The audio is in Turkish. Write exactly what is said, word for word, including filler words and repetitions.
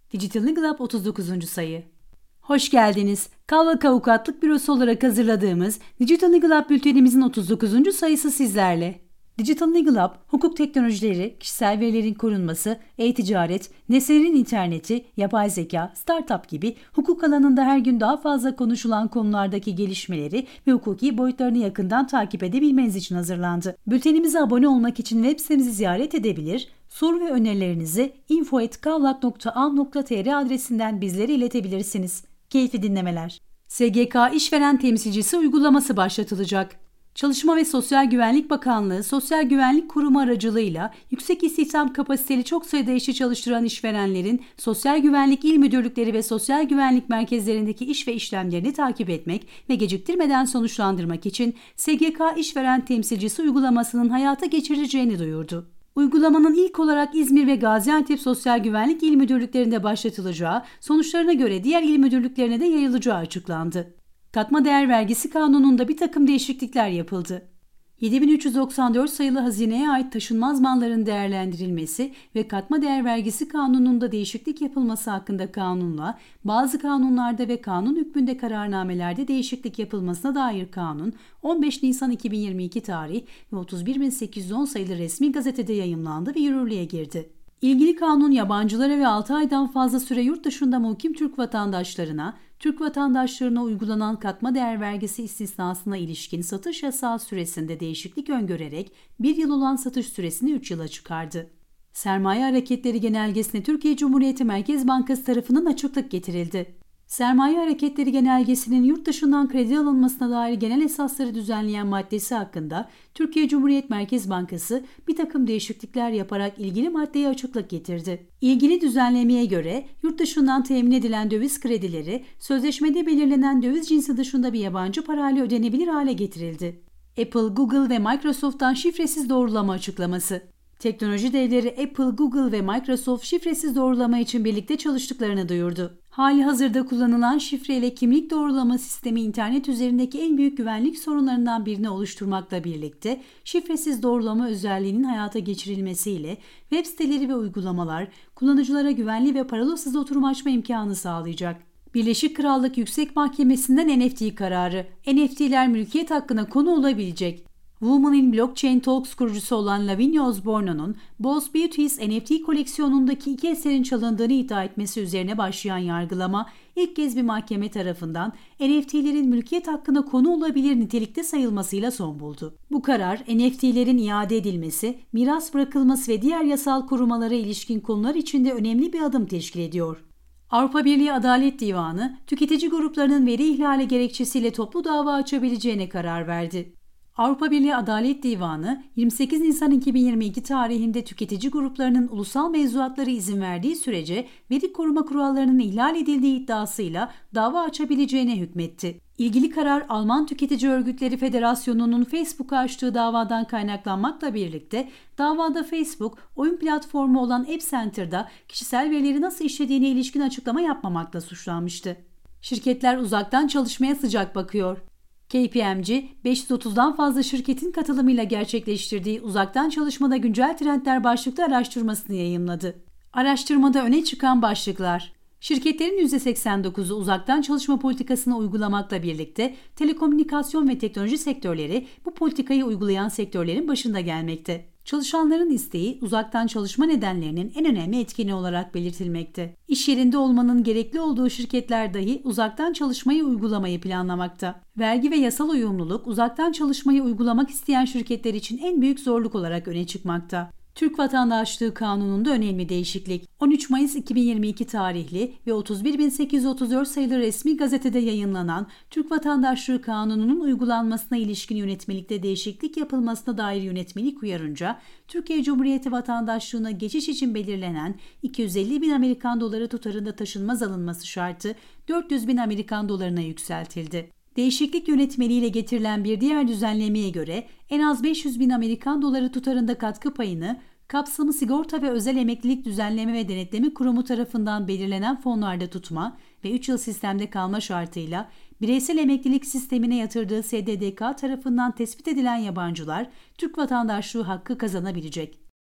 Digital Legal Hub otuz dokuzuncu sayı. Hoş geldiniz. Kavlak Avukatlık Bürosu olarak hazırladığımız Digital Legal Hub bültenimizin otuz dokuzuncu sayısı sizlerle. Digital Legal Hub, hukuk teknolojileri, kişisel verilerin korunması, e-ticaret, nesnelerin interneti, yapay zeka, startup gibi hukuk alanında her gün daha fazla konuşulan konulardaki gelişmeleri ve hukuki boyutlarını yakından takip edebilmeniz için hazırlandı. Bültenimize abone olmak için web sitemizi ziyaret edebilir, soru ve önerilerinizi info at kavlak nokta a nokta tr adresinden bizlere iletebilirsiniz. Keyifli dinlemeler. S G K İşveren Temsilcisi uygulaması başlatılacak. Çalışma ve Sosyal Güvenlik Bakanlığı, Sosyal Güvenlik Kurumu aracılığıyla yüksek istihdam kapasiteli çok sayıda işçi çalıştıran işverenlerin Sosyal Güvenlik İl Müdürlükleri ve Sosyal Güvenlik Merkezlerindeki iş ve işlemlerini takip etmek ve geciktirmeden sonuçlandırmak için S G K İşveren Temsilcisi uygulamasının hayata geçirileceğini duyurdu. Uygulamanın ilk olarak İzmir ve Gaziantep Sosyal Güvenlik İl Müdürlüklerinde başlatılacağı, sonuçlarına göre diğer il müdürlüklerine de yayılacağı açıklandı. Katma Değer Vergisi Kanunu'nda bir takım değişiklikler yapıldı. yedi bin üç yüz doksan dört sayılı hazineye ait taşınmaz malların değerlendirilmesi ve Katma Değer Vergisi Kanunu'nda değişiklik yapılması hakkında kanunla, bazı kanunlarda ve kanun hükmünde kararnamelerde değişiklik yapılmasına dair kanun, on beş Nisan iki bin yirmi iki tarih ve otuz bir bin sekiz yüz on sayılı resmi gazetede yayımlandı ve yürürlüğe girdi. İlgili kanun yabancılara ve altı aydan fazla süre yurt dışında mukim Türk vatandaşlarına, Türk vatandaşlarına uygulanan katma değer vergisi istisnasına ilişkin satış yasağı süresinde değişiklik öngörerek bir yıl olan satış süresini üç yıla çıkardı. Sermaye Hareketleri Genelgesi'ne Türkiye Cumhuriyeti Merkez Bankası tarafından açıklık getirildi. Sermaye Hareketleri Genelgesi'nin yurt dışından kredi alınmasına dair genel esasları düzenleyen maddesi hakkında Türkiye Cumhuriyet Merkez Bankası bir takım değişiklikler yaparak ilgili maddeye açıklık getirdi. İlgili düzenlemeye göre yurt dışından temin edilen döviz kredileri sözleşmede belirlenen döviz cinsi dışında bir yabancı parayla ödenebilir hale getirildi. Apple, Google ve Microsoft'tan şifresiz doğrulama açıklaması. Teknoloji devleri Apple, Google ve Microsoft şifresiz doğrulama için birlikte çalıştıklarını duyurdu. Hali hazırda kullanılan şifreyle kimlik doğrulama sistemi internet üzerindeki en büyük güvenlik sorunlarından birini oluşturmakla birlikte şifresiz doğrulama özelliğinin hayata geçirilmesiyle web siteleri ve uygulamalar kullanıcılara güvenli ve parolasız oturum açma imkanı sağlayacak. Birleşik Krallık Yüksek Mahkemesi'nden N F T kararı, N F T'ler mülkiyet hakkına konu olabilecek. Women in Blockchain Talks kurucusu olan Lavinia Osborno'nun Boss Beauties N F T koleksiyonundaki iki eserin çalındığını iddia etmesi üzerine başlayan yargılama ilk kez bir mahkeme tarafından N F T'lerin mülkiyet hakkına konu olabilir nitelikte sayılmasıyla son buldu. Bu karar N F T'lerin iade edilmesi, miras bırakılması ve diğer yasal korumalara ilişkin konular içinde önemli bir adım teşkil ediyor. Avrupa Birliği Adalet Divanı, tüketici gruplarının veri ihlali gerekçesiyle toplu dava açabileceğine karar verdi. Avrupa Birliği Adalet Divanı, yirmi sekiz Nisan iki bin yirmi iki tarihinde tüketici gruplarının ulusal mevzuatları izin verdiği sürece veri koruma kurallarının ihlal edildiği iddiasıyla dava açabileceğine hükmetti. İlgili karar Alman Tüketici Örgütleri Federasyonu'nun Facebook'a açtığı davadan kaynaklanmakla birlikte davada Facebook, oyun platformu olan App Center'da kişisel verileri nasıl işlediğine ilişkin açıklama yapmamakla suçlanmıştı. Şirketler uzaktan çalışmaya sıcak bakıyor. K P M G, beş yüz otuzdan fazla şirketin katılımıyla gerçekleştirdiği uzaktan çalışmada güncel trendler başlıklı araştırmasını yayımladı. Araştırmada öne çıkan başlıklar: şirketlerin yüzde seksen dokuzu uzaktan çalışma politikasını uygulamakla birlikte telekomünikasyon ve teknoloji sektörleri bu politikayı uygulayan sektörlerin başında gelmekte. Çalışanların isteği uzaktan çalışma nedenlerinin en önemli etkeni olarak belirtilmekte. İş yerinde olmanın gerekli olduğu şirketler dahi uzaktan çalışmayı uygulamayı planlamakta. Vergi ve yasal uyumluluk uzaktan çalışmayı uygulamak isteyen şirketler için en büyük zorluk olarak öne çıkmakta. Türk Vatandaşlığı Kanunu'nda önemli değişiklik. on üç Mayıs iki bin yirmi iki tarihli ve otuz bir bin sekiz yüz otuz dört sayılı resmi gazetede yayınlanan Türk Vatandaşlığı Kanunu'nun uygulanmasına ilişkin yönetmelikte değişiklik yapılmasına dair yönetmelik uyarınca, Türkiye Cumhuriyeti vatandaşlığına geçiş için belirlenen iki yüz elli bin Amerikan doları tutarında taşınmaz alınması şartı dört yüz bin Amerikan dolarına yükseltildi. Değişiklik yönetmeliğiyle getirilen bir diğer düzenlemeye göre en az beş yüz bin Amerikan doları tutarında katkı payını Kapsamı Sigorta ve Özel Emeklilik Düzenleme ve Denetleme Kurumu tarafından belirlenen fonlarda tutma ve üç yıl sistemde kalma şartıyla bireysel emeklilik sistemine yatırdığı S D D K tarafından tespit edilen yabancılar Türk vatandaşlığı hakkı kazanabilecek.